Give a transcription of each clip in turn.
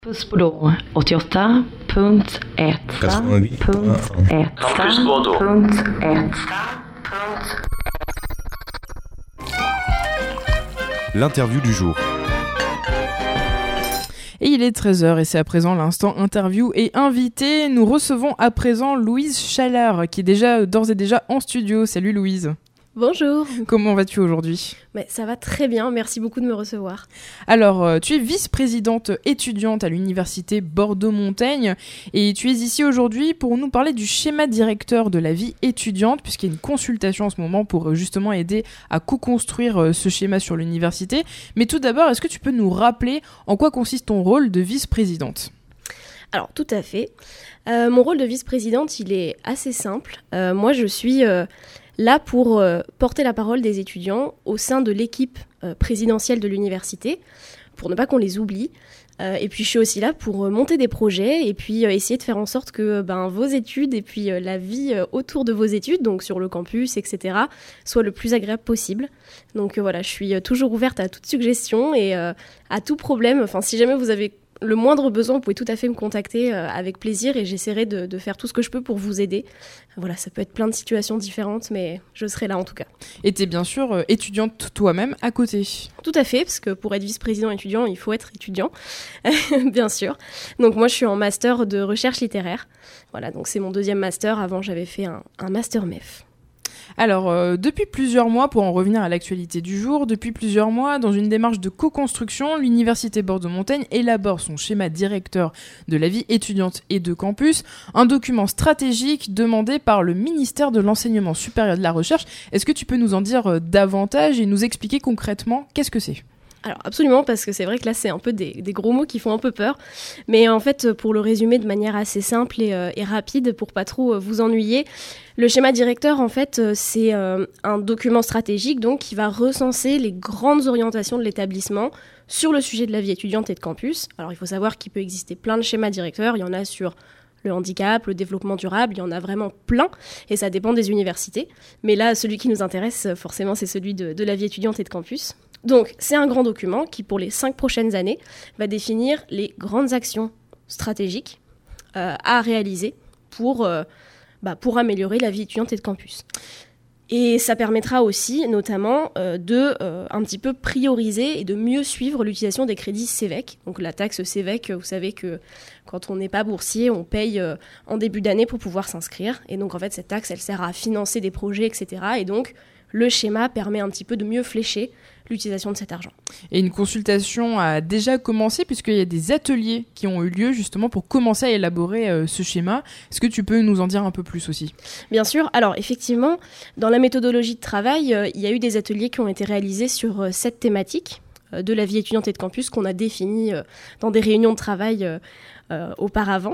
Campusbro 88.1. Campusbro. L'interview du jour. Et il est 13h et c'est à présent l'instant interview et invité. Nous recevons à présent Louise Chalard qui est d'ores et déjà en studio. Salut Louise. Bonjour. Comment vas-tu aujourd'hui ? Ça va très bien, merci beaucoup de me recevoir. Alors, tu es vice-présidente étudiante à l'université Bordeaux-Montaigne et tu es ici aujourd'hui pour nous parler du schéma directeur de la vie étudiante puisqu'il y a une consultation en ce moment pour justement aider à co-construire ce schéma sur l'université. Mais tout d'abord, est-ce que tu peux nous rappeler en quoi consiste ton rôle de vice-présidente ? Alors, tout à fait. Mon rôle de vice-présidente, il est assez simple. Moi, je suis là pour porter la parole des étudiants au sein de l'équipe présidentielle de l'université, pour ne pas qu'on les oublie. Et puis je suis aussi là pour monter des projets et puis essayer de faire en sorte que vos études et puis la vie autour de vos études, donc sur le campus, etc., soit le plus agréable possible. Donc voilà, je suis toujours ouverte à toute suggestion et à tout problème. Enfin, si jamais vous avez le moindre besoin, vous pouvez tout à fait me contacter avec plaisir et j'essaierai de faire tout ce que je peux pour vous aider. Voilà, ça peut être plein de situations différentes, mais je serai là en tout cas. Et tu es bien sûr étudiante toi-même à côté. Tout à fait, parce que pour être vice-président étudiant, il faut être étudiant, bien sûr. Donc moi, je suis en master de recherche littéraire. Voilà, donc c'est mon deuxième master. Avant, j'avais fait un master MEF. Alors, depuis plusieurs mois, pour en revenir à l'actualité du jour, depuis plusieurs mois, dans une démarche de co-construction, l'Université Bordeaux-Montaigne élabore son schéma directeur de la vie étudiante et de campus, un document stratégique demandé par le ministère de l'Enseignement supérieur et de la Recherche. Est-ce que tu peux nous en dire davantage et nous expliquer concrètement qu'est-ce que c'est ? Alors absolument, parce que c'est vrai que là c'est un peu des gros mots qui font un peu peur, mais en fait pour le résumer de manière assez simple et rapide pour pas trop vous ennuyer, le schéma directeur en fait c'est un document stratégique donc qui va recenser les grandes orientations de l'établissement sur le sujet de la vie étudiante et de campus. Alors il faut savoir qu'il peut exister plein de schémas directeurs, il y en a sur le handicap, le développement durable, il y en a vraiment plein et ça dépend des universités, mais là celui qui nous intéresse forcément c'est celui de la vie étudiante et de campus. Donc, c'est un grand document qui, pour les 5 prochaines années, va définir les grandes actions stratégiques à réaliser pour améliorer la vie étudiante et de campus. Et ça permettra aussi, notamment, de un petit peu prioriser et de mieux suivre l'utilisation des crédits CEVEC. Donc, la taxe CEVEC, vous savez que quand on n'est pas boursier, on paye en début d'année pour pouvoir s'inscrire. Et donc, en fait, cette taxe, elle sert à financer des projets, etc. Et donc, le schéma permet un petit peu de mieux flécher l'utilisation de cet argent. Et une consultation a déjà commencé puisqu'il y a des ateliers qui ont eu lieu justement pour commencer à élaborer ce schéma. Est-ce que tu peux nous en dire un peu plus aussi ? Bien sûr. Alors effectivement, dans la méthodologie de travail, il y a eu des ateliers qui ont été réalisés sur 7 thématiques de la vie étudiante et de campus qu'on a définies dans des réunions de travail auparavant.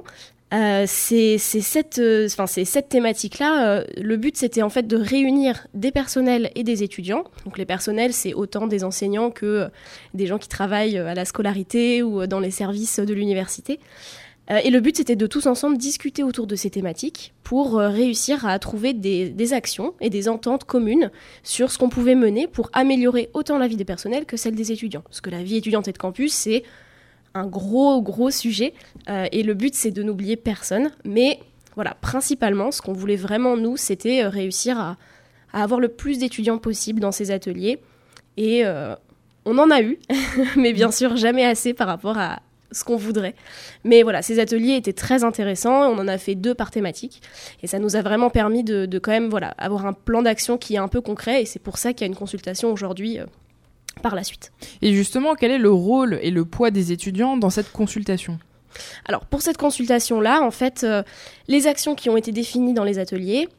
Ces sept thématiques-là, le but c'était en fait de réunir des personnels et des étudiants. Donc les personnels, c'est autant des enseignants que des gens qui travaillent à la scolarité ou dans les services de l'université. Et le but c'était de tous ensemble discuter autour de ces thématiques pour réussir à trouver des actions et des ententes communes sur ce qu'on pouvait mener pour améliorer autant la vie des personnels que celle des étudiants. Parce que la vie étudiante et de campus, c'est un gros sujet et le but c'est de n'oublier personne, mais voilà, principalement ce qu'on voulait vraiment nous c'était réussir à avoir le plus d'étudiants possible dans ces ateliers et on en a eu mais bien sûr jamais assez par rapport à ce qu'on voudrait, mais voilà, ces ateliers étaient très intéressants, on en a fait 2 par thématique et ça nous a vraiment permis de quand même voilà, avoir un plan d'action qui est un peu concret et c'est pour ça qu'il y a une consultation aujourd'hui par la suite. Et justement, quel est le rôle et le poids des étudiants dans cette consultation ? Alors, pour cette consultation-là, en fait, les actions qui ont été définies dans les ateliers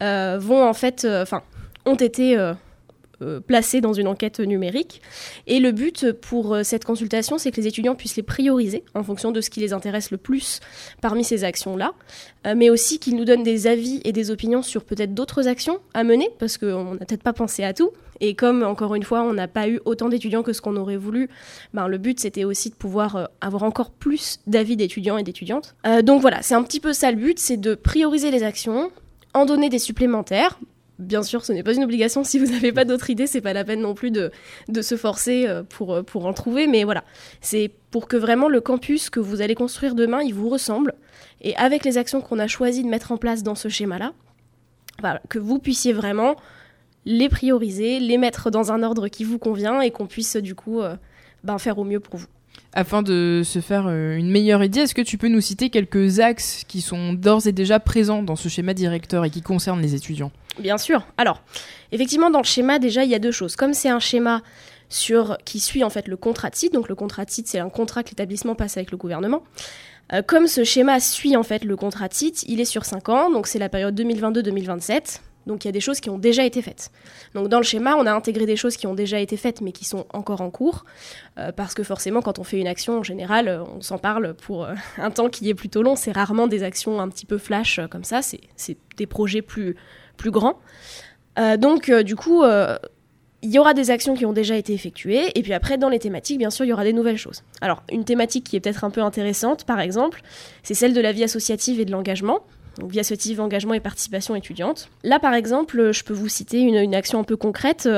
ont été placées dans une enquête numérique. Et le but pour cette consultation, c'est que les étudiants puissent les prioriser en fonction de ce qui les intéresse le plus parmi ces actions-là, mais aussi qu'ils nous donnent des avis et des opinions sur peut-être d'autres actions à mener, parce qu'on n'a peut-être pas pensé à tout. Et comme, encore une fois, on n'a pas eu autant d'étudiants que ce qu'on aurait voulu, le but, c'était aussi de pouvoir avoir encore plus d'avis d'étudiants et d'étudiantes. Donc voilà, c'est un petit peu ça le but, c'est de prioriser les actions, en donner des supplémentaires, bien sûr, ce n'est pas une obligation. Si vous n'avez pas d'autres idées, c'est pas la peine non plus de se forcer pour en trouver. Mais voilà, c'est pour que vraiment le campus que vous allez construire demain, il vous ressemble. Et avec les actions qu'on a choisi de mettre en place dans ce schéma-là, voilà, que vous puissiez vraiment les prioriser, les mettre dans un ordre qui vous convient et qu'on puisse du coup faire au mieux pour vous. Afin de se faire une meilleure idée, est-ce que tu peux nous citer quelques axes qui sont d'ores et déjà présents dans ce schéma directeur et qui concernent les étudiants ? Bien sûr. Alors, effectivement, dans le schéma, déjà, il y a deux choses. Comme c'est un schéma qui suit en fait le contrat de site, donc le contrat de site, c'est un contrat que l'établissement passe avec le gouvernement. Comme ce schéma suit en fait le contrat de site, il est sur 5 ans, donc c'est la période 2022-2027. Donc il y a des choses qui ont déjà été faites. Donc dans le schéma, on a intégré des choses qui ont déjà été faites mais qui sont encore en cours, parce que forcément quand on fait une action, en général, on s'en parle pour un temps qui est plutôt long. C'est rarement des actions un petit peu flash comme ça, c'est des projets plus grands. Donc du coup, il y aura des actions qui ont déjà été effectuées, et puis après dans les thématiques, bien sûr, il y aura des nouvelles choses. Alors une thématique qui est peut-être un peu intéressante, par exemple, c'est celle de la vie associative et de l'engagement. Donc, vie associative, engagement et participation étudiante. Là, par exemple, je peux vous citer une action un peu concrète.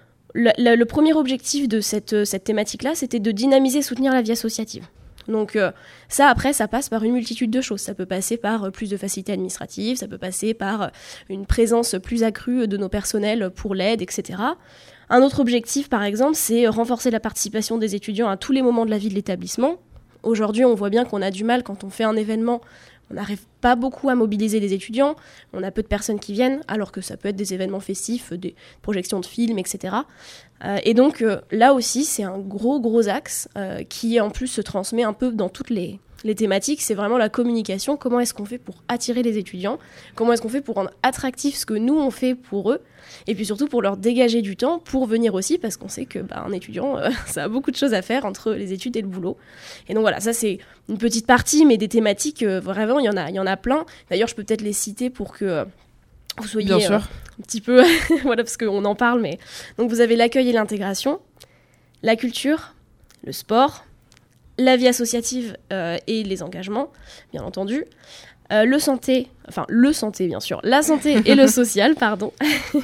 Le premier objectif de cette thématique-là, c'était de dynamiser et soutenir la vie associative. Donc ça, après, ça passe par une multitude de choses. Ça peut passer par plus de facilités administratives, ça peut passer par une présence plus accrue de nos personnels pour l'aide, etc. Un autre objectif, par exemple, c'est renforcer la participation des étudiants à tous les moments de la vie de l'établissement. Aujourd'hui, on voit bien qu'on a du mal quand on fait un événement. On n'arrive pas beaucoup à mobiliser les étudiants, on a peu de personnes qui viennent, alors que ça peut être des événements festifs, des projections de films, etc. Et donc là aussi, c'est un gros axe qui en plus se transmet un peu dans toutes les thématiques. C'est vraiment la communication. Comment est-ce qu'on fait pour attirer les étudiants ? Comment est-ce qu'on fait pour rendre attractif ce que nous on fait pour eux ? Et puis surtout pour leur dégager du temps pour venir aussi, parce qu'on sait que un étudiant, ça a beaucoup de choses à faire entre les études et le boulot. Et donc voilà, ça c'est une petite partie, mais des thématiques, vraiment, il y en a plein. D'ailleurs, je peux peut-être les citer pour que vous soyez un petit peu... voilà, parce qu'on en parle, mais... Donc vous avez l'accueil et l'intégration, la culture, le sport, la vie associative et les engagements, bien entendu. La santé et le social, pardon.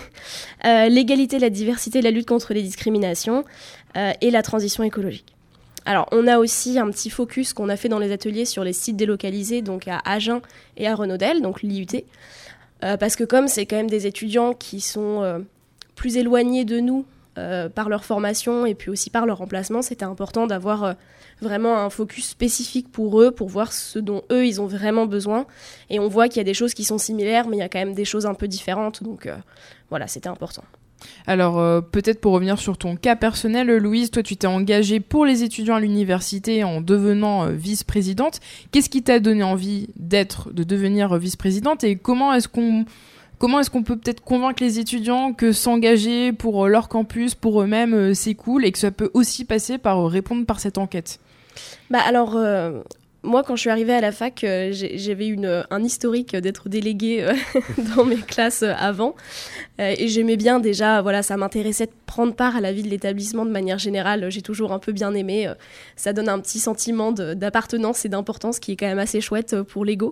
L'égalité, la diversité, la lutte contre les discriminations et la transition écologique. Alors, on a aussi un petit focus qu'on a fait dans les ateliers sur les sites délocalisés, donc à Agen et à Renaudel, donc l'IUT. Parce que comme c'est quand même des étudiants qui sont plus éloignés de nous par leur formation et puis aussi par leur emplacement, c'était important d'avoir vraiment un focus spécifique pour eux, pour voir ce dont eux, ils ont vraiment besoin. Et on voit qu'il y a des choses qui sont similaires, mais il y a quand même des choses un peu différentes. Donc voilà, c'était important. Alors, peut-être pour revenir sur ton cas personnel, Louise, toi, tu t'es engagée pour les étudiants à l'université en devenant vice-présidente. Qu'est-ce qui t'a donné envie de devenir vice-présidente et comment est-ce qu'on peut peut-être convaincre les étudiants que s'engager pour leur campus, pour eux-mêmes, c'est cool et que ça peut aussi passer par répondre par cette enquête ? Alors, moi, quand je suis arrivée à la fac, j'avais un historique d'être déléguée dans mes classes avant. Et j'aimais bien déjà, voilà, ça m'intéressait de prendre part à la vie de l'établissement de manière générale. J'ai toujours un peu bien aimé. Ça donne un petit sentiment d'appartenance et d'importance qui est quand même assez chouette pour l'ego.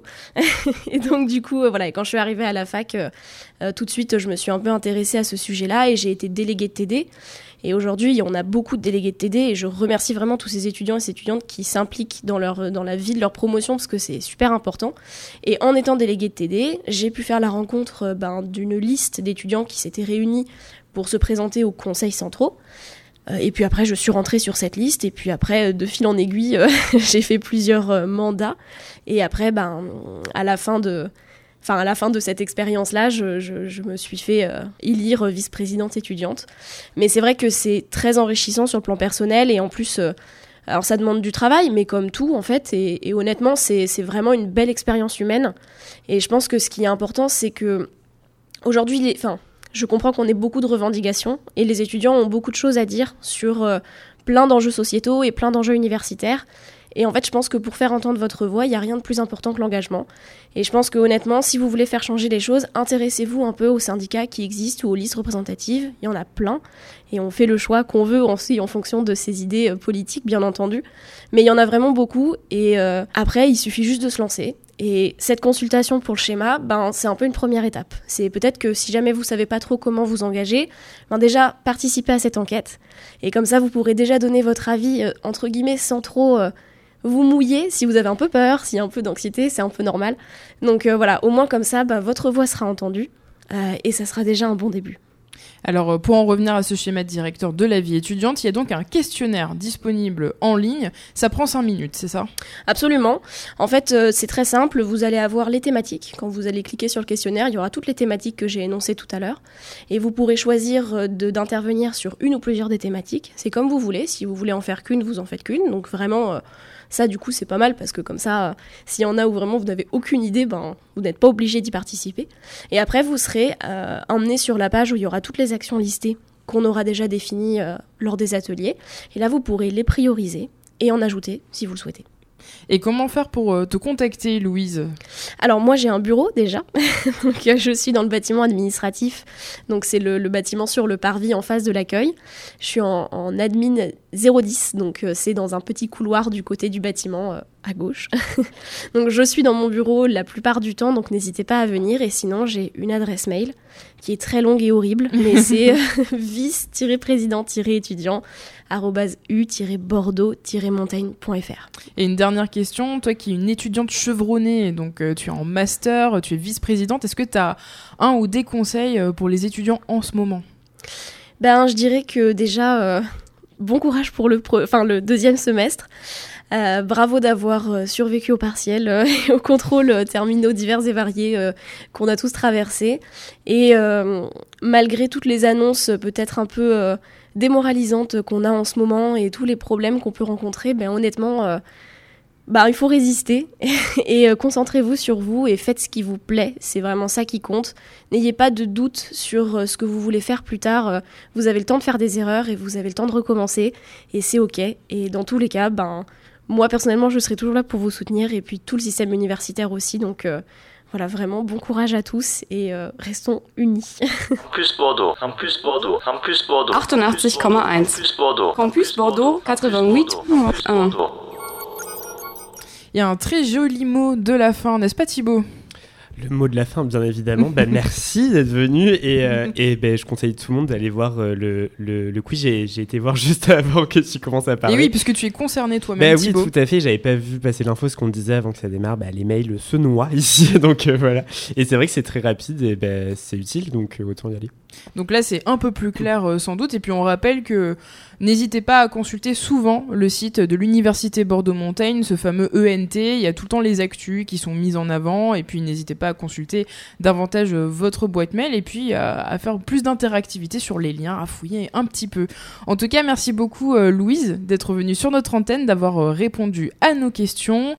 Et donc, du coup, voilà, et quand je suis arrivée à la fac, tout de suite, je me suis un peu intéressée à ce sujet-là et j'ai été déléguée de TD. Et aujourd'hui, on a beaucoup de délégués de TD et je remercie vraiment tous ces étudiants et ces étudiantes qui s'impliquent dans la vie de leur promotion parce que c'est super important. Et en étant déléguée de TD, j'ai pu faire la rencontre d'une liste d'étudiants qui s'étaient réunis pour se présenter aux conseils centraux. Et puis après, je suis rentrée sur cette liste. Et puis après, de fil en aiguille, j'ai fait plusieurs mandats. Et après, à la fin de cette expérience-là, je me suis fait élire vice-présidente étudiante. Mais c'est vrai que c'est très enrichissant sur le plan personnel et en plus, alors ça demande du travail, mais comme tout en fait, et honnêtement, c'est vraiment une belle expérience humaine. Et je pense que ce qui est important, c'est que aujourd'hui, je comprends qu'on ait beaucoup de revendications et les étudiants ont beaucoup de choses à dire sur plein d'enjeux sociétaux et plein d'enjeux universitaires. Et en fait, je pense que pour faire entendre votre voix, il n'y a rien de plus important que l'engagement. Et je pense que honnêtement, si vous voulez faire changer les choses, intéressez-vous un peu aux syndicats qui existent ou aux listes représentatives. Il y en a plein. Et on fait le choix qu'on veut aussi en fonction de ses idées politiques, bien entendu. Mais il y en a vraiment beaucoup. Et après, il suffit juste de se lancer. Et cette consultation pour le schéma, c'est un peu une première étape. C'est peut-être que si jamais vous ne savez pas trop comment vous engager, déjà participez à cette enquête. Et comme ça, vous pourrez déjà donner votre avis, entre guillemets, sans trop vous mouiller. Si vous avez un peu peur, s'il y a un peu d'anxiété, c'est un peu normal. Donc voilà, au moins comme ça, votre voix sera entendue et ça sera déjà un bon début. Alors, pour en revenir à ce schéma directeur de la vie étudiante, il y a donc un questionnaire disponible en ligne. Ça prend 5 minutes, c'est ça ? Absolument. En fait, c'est très simple. Vous allez avoir les thématiques. Quand vous allez cliquer sur le questionnaire, il y aura toutes les thématiques que j'ai énoncées tout à l'heure. Et vous pourrez choisir d'intervenir sur une ou plusieurs des thématiques. C'est comme vous voulez. Si vous voulez en faire qu'une, vous en faites qu'une. Donc vraiment... ça, du coup, c'est pas mal parce que comme ça, s'il y en a où vraiment vous n'avez aucune idée, vous n'êtes pas obligé d'y participer. Et après, vous serez emmené sur la page où il y aura toutes les actions listées qu'on aura déjà définies lors des ateliers. Et là, vous pourrez les prioriser et en ajouter si vous le souhaitez. Et comment faire pour te contacter, Louise ? Alors moi j'ai un bureau déjà, donc je suis dans le bâtiment administratif, donc c'est le bâtiment sur le parvis en face de l'accueil. Je suis en admin 010, donc c'est dans un petit couloir du côté du bâtiment à gauche. Donc je suis dans mon bureau la plupart du temps, donc n'hésitez pas à venir. Et sinon j'ai une adresse mail qui est très longue et horrible, mais c'est vice-président-étudiant@u-bordeaux-montaigne.fr. Et une dernière question, toi qui es une étudiante chevronnée, donc tu es en master, tu es vice-présidente, est-ce que tu as un ou des conseils pour les étudiants en ce moment ? Je dirais que déjà, bon courage pour le deuxième semestre. Bravo d'avoir survécu au partiel et aux contrôles terminaux divers et variés qu'on a tous traversés. Et malgré toutes les annonces peut-être un peu démoralisantes qu'on a en ce moment et tous les problèmes qu'on peut rencontrer, honnêtement, il faut résister et concentrez-vous sur vous et faites ce qui vous plaît. C'est vraiment ça qui compte. N'ayez pas de doute sur ce que vous voulez faire plus tard. Vous avez le temps de faire des erreurs et vous avez le temps de recommencer et c'est ok. Et dans tous les cas, moi, personnellement, je serai toujours là pour vous soutenir et puis tout le système universitaire aussi. Donc, voilà, vraiment, bon courage à tous et restons unis. Campus Bordeaux, Campus Bordeaux, Campus Bordeaux. 88,1. Campus Bordeaux. Campus Bordeaux, 88,1. Il y a un très joli mot de la fin, n'est-ce pas Thibaut ? Le mot de la fin, bien évidemment. Merci d'être venu et je conseille tout le monde d'aller voir le quiz. J'ai été voir juste avant que tu commences à parler. Et oui, puisque tu es concerné toi-même, Thibaut. Oui, tout à fait. J'avais pas vu passer l'info, ce qu'on disait avant que ça démarre. Les mails se noient ici, donc voilà. Et c'est vrai que c'est très rapide et c'est utile, donc autant y aller. Donc là, c'est un peu plus clair sans doute. Et puis on rappelle que n'hésitez pas à consulter souvent le site de l'Université Bordeaux-Montaigne, ce fameux ENT. Il y a tout le temps les actus qui sont mises en avant. Et puis n'hésitez pas à consulter davantage votre boîte mail et puis à faire plus d'interactivité sur les liens, à fouiller un petit peu. En tout cas, merci beaucoup Louise d'être venue sur notre antenne, d'avoir répondu à nos questions.